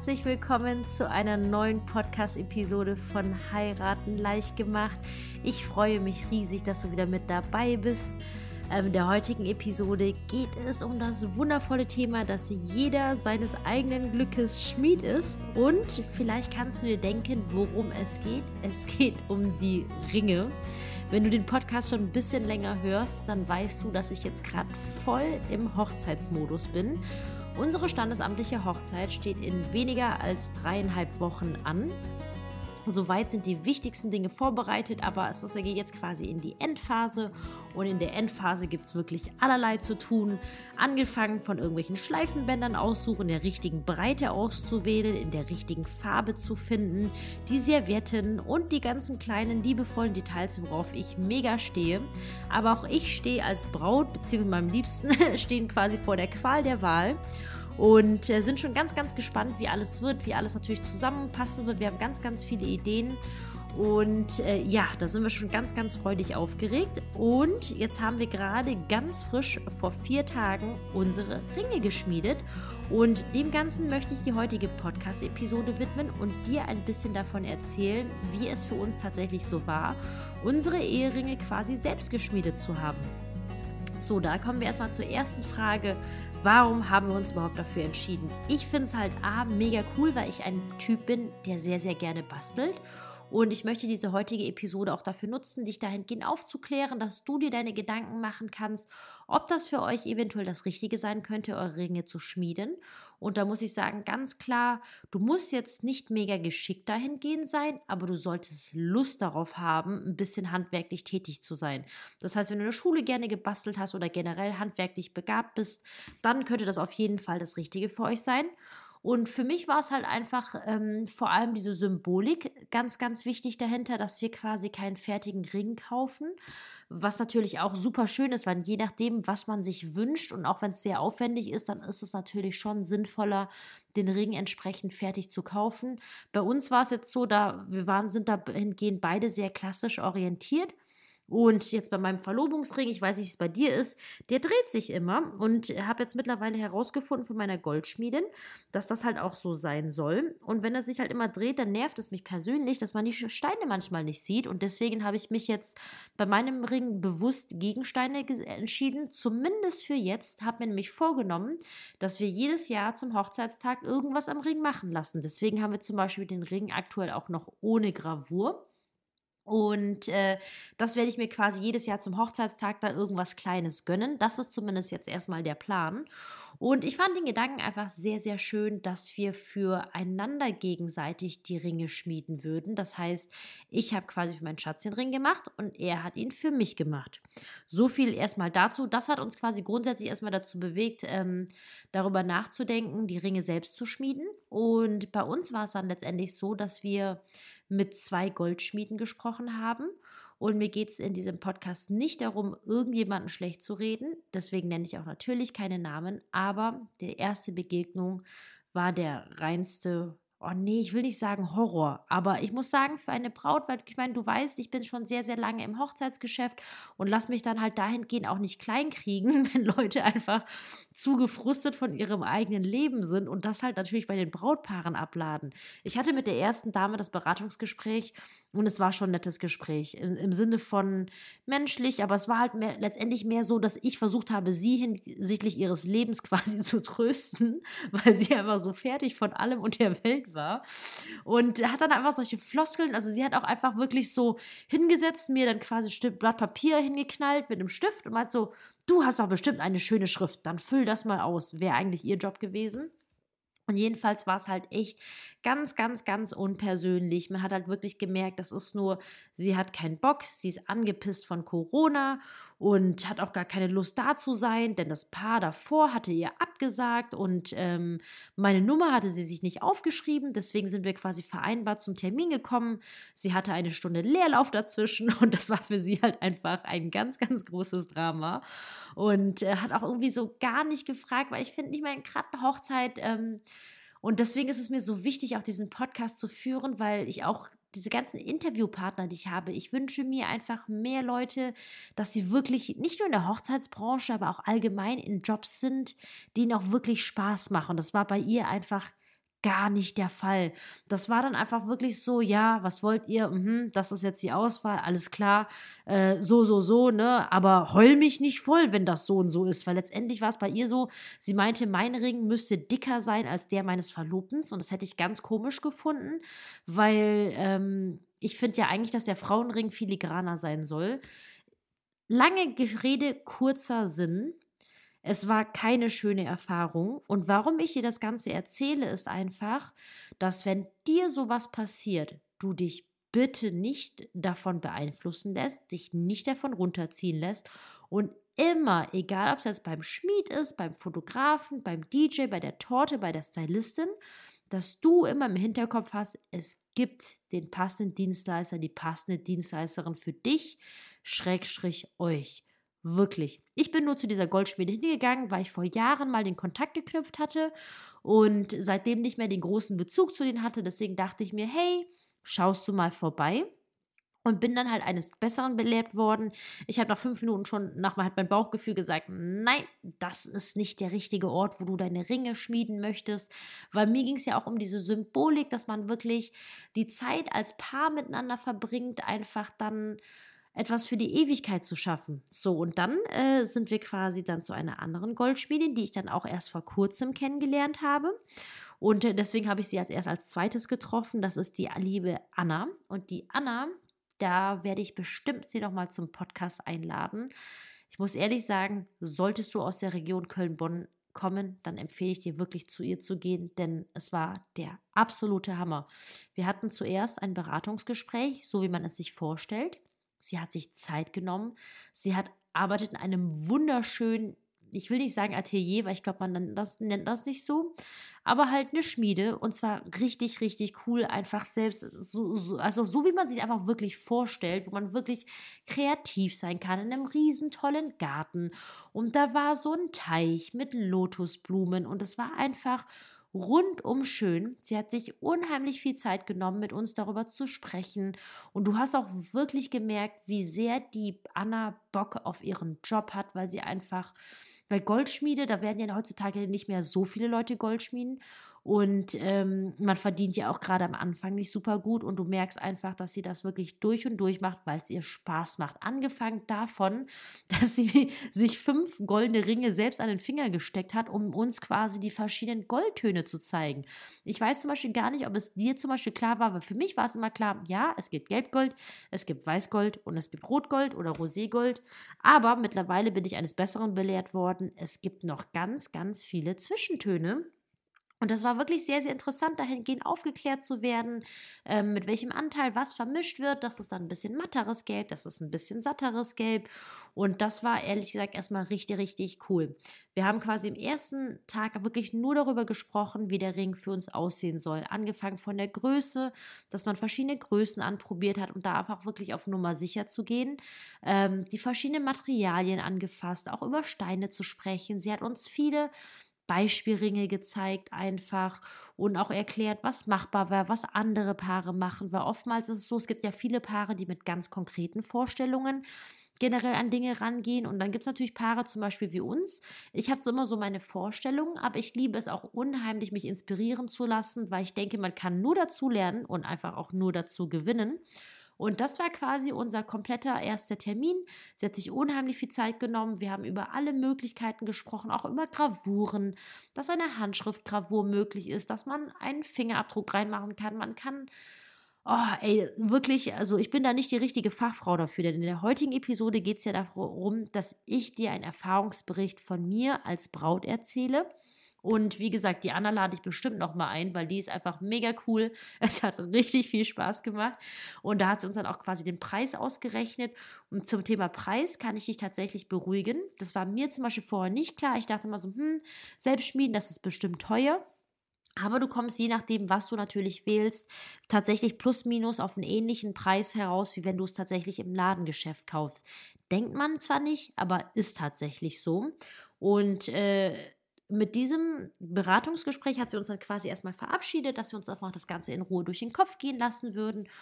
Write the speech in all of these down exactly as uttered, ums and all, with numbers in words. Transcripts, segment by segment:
herzlich willkommen zu einer neuen Podcast-Episode von Heiraten leicht gemacht. Ich freue mich riesig, dass du wieder mit dabei bist. In der heutigen Episode geht es um das wundervolle Thema, dass jeder seines eigenen Glückes Schmied ist. Und vielleicht kannst du dir denken, worum es geht. Es geht um die Ringe. Wenn du den Podcast schon ein bisschen länger hörst, dann weißt du, dass ich jetzt gerade voll im Hochzeitsmodus bin. Unsere standesamtliche Hochzeit steht in weniger als dreieinhalb Wochen an. Soweit sind die wichtigsten Dinge vorbereitet, aber es ist, geht jetzt quasi in die Endphase und in der Endphase gibt es wirklich allerlei zu tun. Angefangen von irgendwelchen Schleifenbändern aussuchen, der richtigen Breite auszuwählen, in der richtigen Farbe zu finden, die Servietten und die ganzen kleinen liebevollen Details, worauf ich mega stehe. Aber auch ich stehe als Braut, beziehungsweise meinem Liebsten, stehen quasi vor der Qual der Wahl. Und äh, sind schon ganz, ganz gespannt, wie alles wird, wie alles natürlich zusammenpassen wird. Wir haben ganz, ganz viele Ideen und äh, ja, da sind wir schon ganz, ganz freudig aufgeregt. Und jetzt haben wir gerade ganz frisch vor vier Tagen unsere Ringe geschmiedet und dem Ganzen möchte ich die heutige Podcast-Episode widmen und dir ein bisschen davon erzählen, wie es für uns tatsächlich so war, unsere Eheringe quasi selbst geschmiedet zu haben. So, da kommen wir erstmal zur ersten Frage. Warum haben wir uns überhaupt dafür entschieden? Ich finde es halt A, mega cool, weil ich ein Typ bin, der sehr, sehr gerne bastelt. Und ich möchte diese heutige Episode auch dafür nutzen, dich dahingehend aufzuklären, dass du dir deine Gedanken machen kannst, ob das für euch eventuell das Richtige sein könnte, eure Ringe zu schmieden. Und da muss ich sagen, ganz klar, du musst jetzt nicht mega geschickt dahingehend sein, aber du solltest Lust darauf haben, ein bisschen handwerklich tätig zu sein. Das heißt, wenn du in der Schule gerne gebastelt hast oder generell handwerklich begabt bist, dann könnte das auf jeden Fall das Richtige für euch sein. Und für mich war es halt einfach ähm, vor allem diese Symbolik ganz, ganz wichtig dahinter, dass wir quasi keinen fertigen Ring kaufen, was natürlich auch super schön ist, weil je nachdem, was man sich wünscht und auch wenn es sehr aufwendig ist, dann ist es natürlich schon sinnvoller, den Ring entsprechend fertig zu kaufen. Bei uns war es jetzt so, da wir waren, sind dahingehend beide sehr klassisch orientiert. Und jetzt bei meinem Verlobungsring, ich weiß nicht, wie es bei dir ist, der dreht sich immer und habe jetzt mittlerweile herausgefunden von meiner Goldschmiedin, dass das halt auch so sein soll. Und wenn er sich halt immer dreht, dann nervt es mich persönlich, dass man die Steine manchmal nicht sieht. Und deswegen habe ich mich jetzt bei meinem Ring bewusst gegen Steine entschieden, zumindest für jetzt. Habe mir nämlich vorgenommen, dass wir jedes Jahr zum Hochzeitstag irgendwas am Ring machen lassen. Deswegen haben wir zum Beispiel den Ring aktuell auch noch ohne Gravur. Und äh, das werde ich mir quasi jedes Jahr zum Hochzeitstag da irgendwas Kleines gönnen. Das ist zumindest jetzt erstmal der Plan. Und ich fand den Gedanken einfach sehr, sehr schön, dass wir füreinander gegenseitig die Ringe schmieden würden. Das heißt, ich habe quasi für meinen Schatz den Ring gemacht und er hat ihn für mich gemacht. So viel erstmal dazu. Das hat uns quasi grundsätzlich erstmal dazu bewegt, ähm, darüber nachzudenken, die Ringe selbst zu schmieden. Und bei uns war es dann letztendlich so, dass wir mit zwei Goldschmieden gesprochen haben. Und mir geht es in diesem Podcast nicht darum, irgendjemanden schlecht zu reden. Deswegen nenne ich auch natürlich keine Namen. Aber die erste Begegnung war der reinste, oh nee, ich will nicht sagen Horror. Aber ich muss sagen, für eine Braut, weil ich meine, du weißt, ich bin schon sehr, sehr lange im Hochzeitsgeschäft und lass mich dann halt dahingehend auch nicht kleinkriegen, wenn Leute einfach zu gefrustet von ihrem eigenen Leben sind und das halt natürlich bei den Brautpaaren abladen. Ich hatte mit der ersten Dame das Beratungsgespräch und es war schon ein nettes Gespräch im, im Sinne von menschlich, aber es war halt mehr, letztendlich mehr so, dass ich versucht habe, sie hinsichtlich ihres Lebens quasi zu trösten, weil sie einfach so fertig von allem und der Welt war und hat dann einfach solche Floskeln, also sie hat auch einfach wirklich so hingesetzt, mir dann quasi ein Stück Blatt Papier hingeknallt mit einem Stift und meint so, du hast doch bestimmt eine schöne Schrift, dann füll das mal aus, wäre eigentlich ihr Job gewesen. Und jedenfalls war es halt echt ganz, ganz, ganz unpersönlich. Man hat halt wirklich gemerkt, das ist nur, sie hat keinen Bock, sie ist angepisst von Corona und hat auch gar keine Lust da zu sein, denn das Paar davor hatte ihr abgesagt und ähm, meine Nummer hatte sie sich nicht aufgeschrieben, deswegen sind wir quasi vereinbart zum Termin gekommen. Sie hatte eine Stunde Leerlauf dazwischen und das war für sie halt einfach ein ganz, ganz großes Drama und äh, hat auch irgendwie so gar nicht gefragt, weil ich finde, ich meine, gerade eine Hochzeit, ähm, und deswegen ist es mir so wichtig, auch diesen Podcast zu führen, weil ich auch diese ganzen Interviewpartner, die ich habe, ich wünsche mir einfach mehr Leute, dass sie wirklich nicht nur in der Hochzeitsbranche, aber auch allgemein in Jobs sind, die ihnen auch wirklich Spaß machen. Das war bei ihr einfach gar nicht der Fall. Das war dann einfach wirklich so, ja, was wollt ihr? Mhm, das ist jetzt die Auswahl, alles klar, äh, so, so, so, ne? Aber heul mich nicht voll, wenn das so und so ist, weil letztendlich war es bei ihr so, sie meinte, mein Ring müsste dicker sein als der meines Verlobten und das hätte ich ganz komisch gefunden, weil ähm, ich finde ja eigentlich, dass der Frauenring filigraner sein soll. Lange Rede, kurzer Sinn. Es war keine schöne Erfahrung. Und warum ich dir das Ganze erzähle, ist einfach, dass wenn dir sowas passiert, du dich bitte nicht davon beeinflussen lässt, dich nicht davon runterziehen lässt und immer, egal ob es jetzt beim Schmied ist, beim Fotografen, beim D J, bei der Torte, bei der Stylistin, dass du immer im Hinterkopf hast, es gibt den passenden Dienstleister, die passende Dienstleisterin für dich, Schrägstrich euch. Wirklich. Ich bin nur zu dieser Goldschmiede hingegangen, weil ich vor Jahren mal den Kontakt geknüpft hatte und seitdem nicht mehr den großen Bezug zu denen hatte. Deswegen dachte ich mir, hey, schaust du mal vorbei? Und bin dann halt eines Besseren belehrt worden. Ich habe nach fünf Minuten schon, nach hat mein Bauchgefühl gesagt, nein, das ist nicht der richtige Ort, wo du deine Ringe schmieden möchtest. Weil mir ging es ja auch um diese Symbolik, dass man wirklich die Zeit als Paar miteinander verbringt, einfach dann etwas für die Ewigkeit zu schaffen. So, und dann äh, sind wir quasi dann zu einer anderen Goldschmiedin, die ich dann auch erst vor kurzem kennengelernt habe. Und äh, deswegen habe ich sie als erst als zweites getroffen. Das ist die liebe Anna. Und die Anna, da werde ich bestimmt sie nochmal zum Podcast einladen. Ich muss ehrlich sagen, solltest du aus der Region Köln-Bonn kommen, dann empfehle ich dir wirklich zu ihr zu gehen, denn es war der absolute Hammer. Wir hatten zuerst ein Beratungsgespräch, so wie man es sich vorstellt. Sie hat sich Zeit genommen. Sie hat arbeitet in einem wunderschönen, ich will nicht sagen Atelier, weil ich glaube, man nennt das, nennt das nicht so, aber halt eine Schmiede und zwar richtig, richtig cool, einfach selbst, so, so, also so wie man sich einfach wirklich vorstellt, wo man wirklich kreativ sein kann, in einem riesen tollen Garten und da war so ein Teich mit Lotusblumen und es war einfach rundum schön. Sie hat sich unheimlich viel Zeit genommen, mit uns darüber zu sprechen. Und du hast auch wirklich gemerkt, wie sehr die Anna Bock auf ihren Job hat, weil sie einfach, weil Goldschmiede, da werden ja heutzutage nicht mehr so viele Leute Goldschmieden. Und ähm, man verdient ja auch gerade am Anfang nicht super gut. Und du merkst einfach, dass sie das wirklich durch und durch macht, weil es ihr Spaß macht. Angefangen davon, dass sie sich fünf goldene Ringe selbst an den Finger gesteckt hat, um uns quasi die verschiedenen Goldtöne zu zeigen. Ich weiß zum Beispiel gar nicht, ob es dir zum Beispiel klar war, aber für mich war es immer klar, ja, es gibt Gelbgold, es gibt Weißgold und es gibt Rotgold oder Roségold. Aber mittlerweile bin ich eines Besseren belehrt worden. Es gibt noch ganz, ganz viele Zwischentöne. Und das war wirklich sehr, sehr interessant, dahingehend aufgeklärt zu werden, ähm, mit welchem Anteil was vermischt wird. Das ist dann ein bisschen matteres Gelb, das ist ein bisschen satteres Gelb. Und das war ehrlich gesagt erstmal richtig, richtig cool. Wir haben quasi im ersten Tag wirklich nur darüber gesprochen, wie der Ring für uns aussehen soll. Angefangen von der Größe, dass man verschiedene Größen anprobiert hat, um da einfach wirklich auf Nummer sicher zu gehen. Ähm, die verschiedenen Materialien angefasst, auch über Steine zu sprechen. Sie hat uns viele Beispielringe gezeigt einfach und auch erklärt, was machbar war, was andere Paare machen, weil oftmals ist es so, es gibt ja viele Paare, die mit ganz konkreten Vorstellungen generell an Dinge rangehen und dann gibt es natürlich Paare zum Beispiel wie uns. Ich habe so immer so meine Vorstellungen, aber ich liebe es auch unheimlich, mich inspirieren zu lassen, weil ich denke, man kann nur dazu lernen und einfach auch nur dazu gewinnen. Und das war quasi unser kompletter erster Termin. Sie hat sich unheimlich viel Zeit genommen. Wir haben über alle Möglichkeiten gesprochen, auch über Gravuren, dass eine Handschriftgravur möglich ist, dass man einen Fingerabdruck reinmachen kann. Man kann, oh, ey, wirklich, also ich bin da nicht die richtige Fachfrau dafür, denn in der heutigen Episode geht es ja darum, dass ich dir einen Erfahrungsbericht von mir als Braut erzähle. Und wie gesagt, die Anna lade ich bestimmt nochmal ein, weil die ist einfach mega cool. Es hat richtig viel Spaß gemacht. Und da hat sie uns dann auch quasi den Preis ausgerechnet. Und zum Thema Preis kann ich dich tatsächlich beruhigen. Das war mir zum Beispiel vorher nicht klar. Ich dachte immer so, hm, Selbstschmieden, das ist bestimmt teuer. Aber du kommst, je nachdem, was du natürlich wählst, tatsächlich plus minus auf einen ähnlichen Preis heraus, wie wenn du es tatsächlich im Ladengeschäft kaufst. Denkt man zwar nicht, aber ist tatsächlich so. Und äh, mit diesem Beratungsgespräch hat sie uns dann quasi erstmal verabschiedet, dass wir uns einfach das Ganze in Ruhe durch den Kopf gehen lassen würden.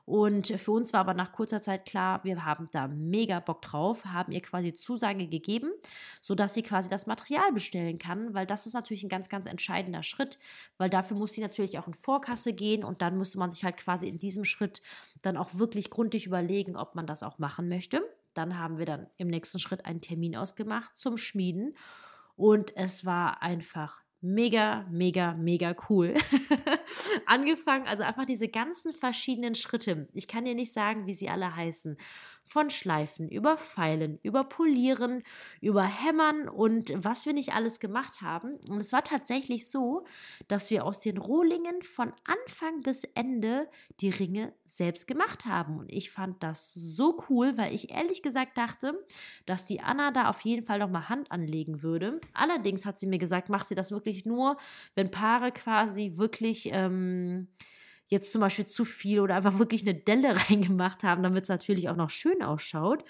Und für uns war aber nach kurzer Zeit klar, wir haben da mega Bock drauf, haben ihr quasi Zusage gegeben, sodass sie quasi das Material bestellen kann, weil das ist natürlich ein ganz, ganz entscheidender Schritt, weil dafür muss sie natürlich auch in Vorkasse gehen und dann müsste man sich halt quasi in diesem Schritt dann auch wirklich gründlich überlegen, ob man das auch machen möchte. Dann haben wir dann im nächsten Schritt einen Termin ausgemacht zum Schmieden und es war einfach mega, mega, mega cool. Angefangen, also einfach diese ganzen verschiedenen Schritte. Ich kann dir nicht sagen, wie sie alle heißen. Von Schleifen, über Feilen, über Polieren, über Hämmern und was wir nicht alles gemacht haben. Und es war tatsächlich so, dass wir aus den Rohlingen von Anfang bis Ende die Ringe selbst gemacht haben. Und ich fand das so cool, weil ich ehrlich gesagt dachte, dass die Anna da auf jeden Fall noch mal Hand anlegen würde. Allerdings hat sie mir gesagt, macht sie das wirklich nur, wenn Paare quasi wirklich ähm, jetzt zum Beispiel zu viel oder einfach wirklich eine Delle reingemacht haben, damit es natürlich auch noch schön ausschaut.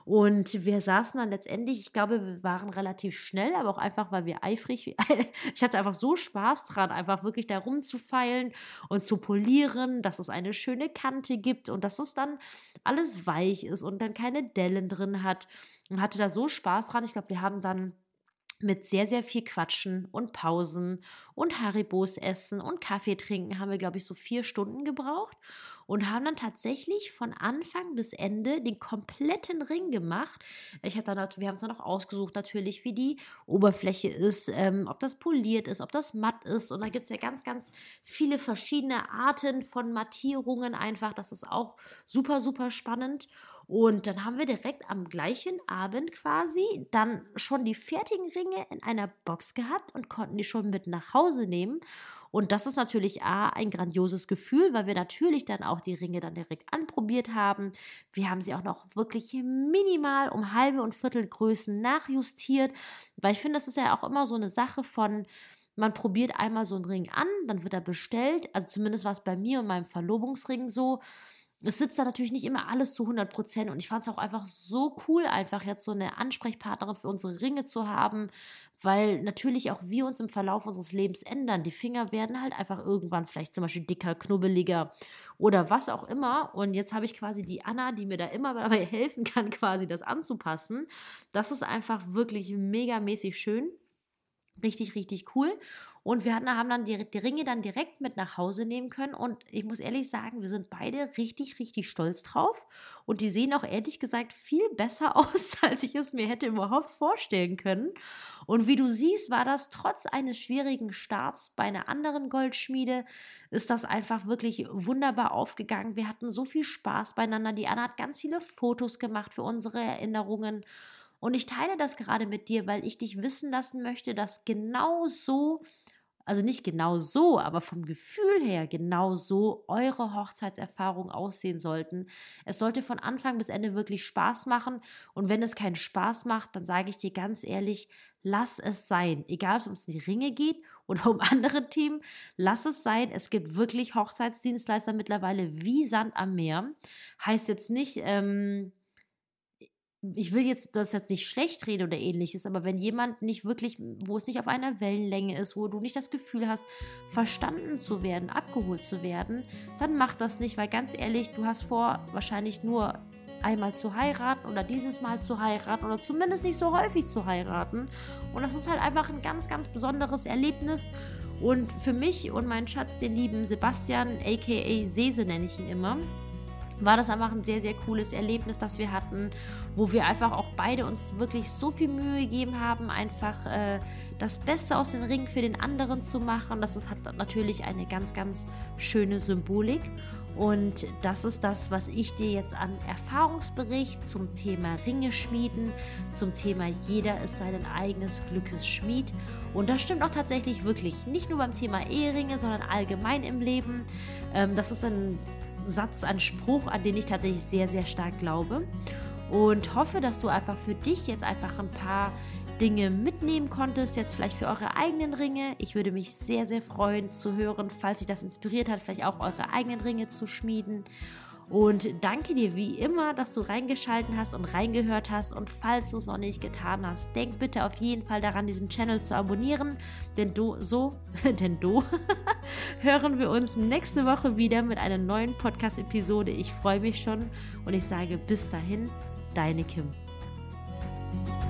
Und wir saßen dann letztendlich, ich glaube, wir waren relativ schnell, aber auch einfach, weil wir eifrig, ich hatte einfach so Spaß dran, einfach wirklich da rumzufeilen und zu polieren, dass es eine schöne Kante gibt und dass es dann alles weich ist und dann keine Dellen drin hat. Und hatte da so Spaß dran. Ich glaube, wir haben dann mit sehr, sehr viel Quatschen und Pausen und Haribos essen und Kaffee trinken haben wir, glaube ich, so vier Stunden gebraucht und haben dann tatsächlich von Anfang bis Ende den kompletten Ring gemacht. Ich hatte dann, wir haben es dann auch ausgesucht natürlich, wie die Oberfläche ist, ähm, ob das poliert ist, ob das matt ist und da gibt es ja ganz, ganz viele verschiedene Arten von Mattierungen einfach. Das ist auch super, super spannend. Und dann haben wir direkt am gleichen Abend quasi dann schon die fertigen Ringe in einer Box gehabt und konnten die schon mit nach Hause nehmen. Und das ist natürlich A, ein grandioses Gefühl, weil wir natürlich dann auch die Ringe dann direkt anprobiert haben. Wir haben sie auch noch wirklich minimal um halbe und Viertelgrößen nachjustiert, weil ich finde, das ist ja auch immer so eine Sache von, man probiert einmal so einen Ring an, dann wird er bestellt. Also zumindest war es bei mir und meinem Verlobungsring so. Es sitzt da natürlich nicht immer alles zu hundert Prozent und ich fand es auch einfach so cool, einfach jetzt so eine Ansprechpartnerin für unsere Ringe zu haben, weil natürlich auch wir uns im Verlauf unseres Lebens ändern. Die Finger werden halt einfach irgendwann vielleicht zum Beispiel dicker, knubbeliger oder was auch immer und jetzt habe ich quasi die Anna, die mir da immer dabei helfen kann, quasi das anzupassen. Das ist einfach wirklich megamäßig schön. Richtig, richtig cool. Und wir hatten, haben dann die, die Ringe dann direkt mit nach Hause nehmen können. Und ich muss ehrlich sagen, wir sind beide richtig, richtig stolz drauf. Und die sehen auch ehrlich gesagt viel besser aus, als ich es mir hätte überhaupt vorstellen können. Und wie du siehst, war das trotz eines schwierigen Starts bei einer anderen Goldschmiede, ist das einfach wirklich wunderbar aufgegangen. Wir hatten so viel Spaß beieinander. Die Anna hat ganz viele Fotos gemacht für unsere Erinnerungen. Und ich teile das gerade mit dir, weil ich dich wissen lassen möchte, dass genau so, also nicht genau so, aber vom Gefühl her genau so eure Hochzeitserfahrungen aussehen sollten. Es sollte von Anfang bis Ende wirklich Spaß machen. Und wenn es keinen Spaß macht, dann sage ich dir ganz ehrlich, lass es sein. Egal, ob es um die Ringe geht oder um andere Themen, lass es sein. Es gibt wirklich Hochzeitsdienstleister mittlerweile wie Sand am Meer. Heißt jetzt nicht, ähm, ich will jetzt das jetzt nicht schlecht reden oder ähnliches, aber wenn jemand nicht wirklich, wo es nicht auf einer Wellenlänge ist, wo du nicht das Gefühl hast, verstanden zu werden, abgeholt zu werden, dann mach das nicht, weil ganz ehrlich, du hast vor, wahrscheinlich nur einmal zu heiraten oder dieses Mal zu heiraten oder zumindest nicht so häufig zu heiraten. Und das ist halt einfach ein ganz, ganz besonderes Erlebnis. Und für mich und meinen Schatz, den lieben Sebastian, aka Sese nenne ich ihn immer, war das einfach ein sehr, sehr cooles Erlebnis, das wir hatten, wo wir einfach auch beide uns wirklich so viel Mühe gegeben haben, einfach äh, das Beste aus den Ringen für den anderen zu machen. Das ist, hat natürlich eine ganz, ganz schöne Symbolik. Und das ist das, was ich dir jetzt an Erfahrungsbericht zum Thema Ringe schmieden, zum Thema jeder ist sein eigenes Glückes Schmied. Und das stimmt auch tatsächlich wirklich, nicht nur beim Thema Eheringe, sondern allgemein im Leben. Ähm, das ist ein Satz, ein Spruch, an den ich tatsächlich sehr, sehr stark glaube und hoffe, dass du einfach für dich jetzt einfach ein paar Dinge mitnehmen konntest, jetzt vielleicht für eure eigenen Ringe. Ich würde mich sehr, sehr freuen zu hören, falls sich das inspiriert hat, vielleicht auch eure eigenen Ringe zu schmieden. Und danke dir wie immer, dass du reingeschalten hast und reingehört hast. Und falls du es noch nicht getan hast, denk bitte auf jeden Fall daran, diesen Channel zu abonnieren. Denn du, so, denn du, hören wir uns nächste Woche wieder mit einer neuen Podcast-Episode. Ich freue mich schon und ich sage bis dahin, deine Kim.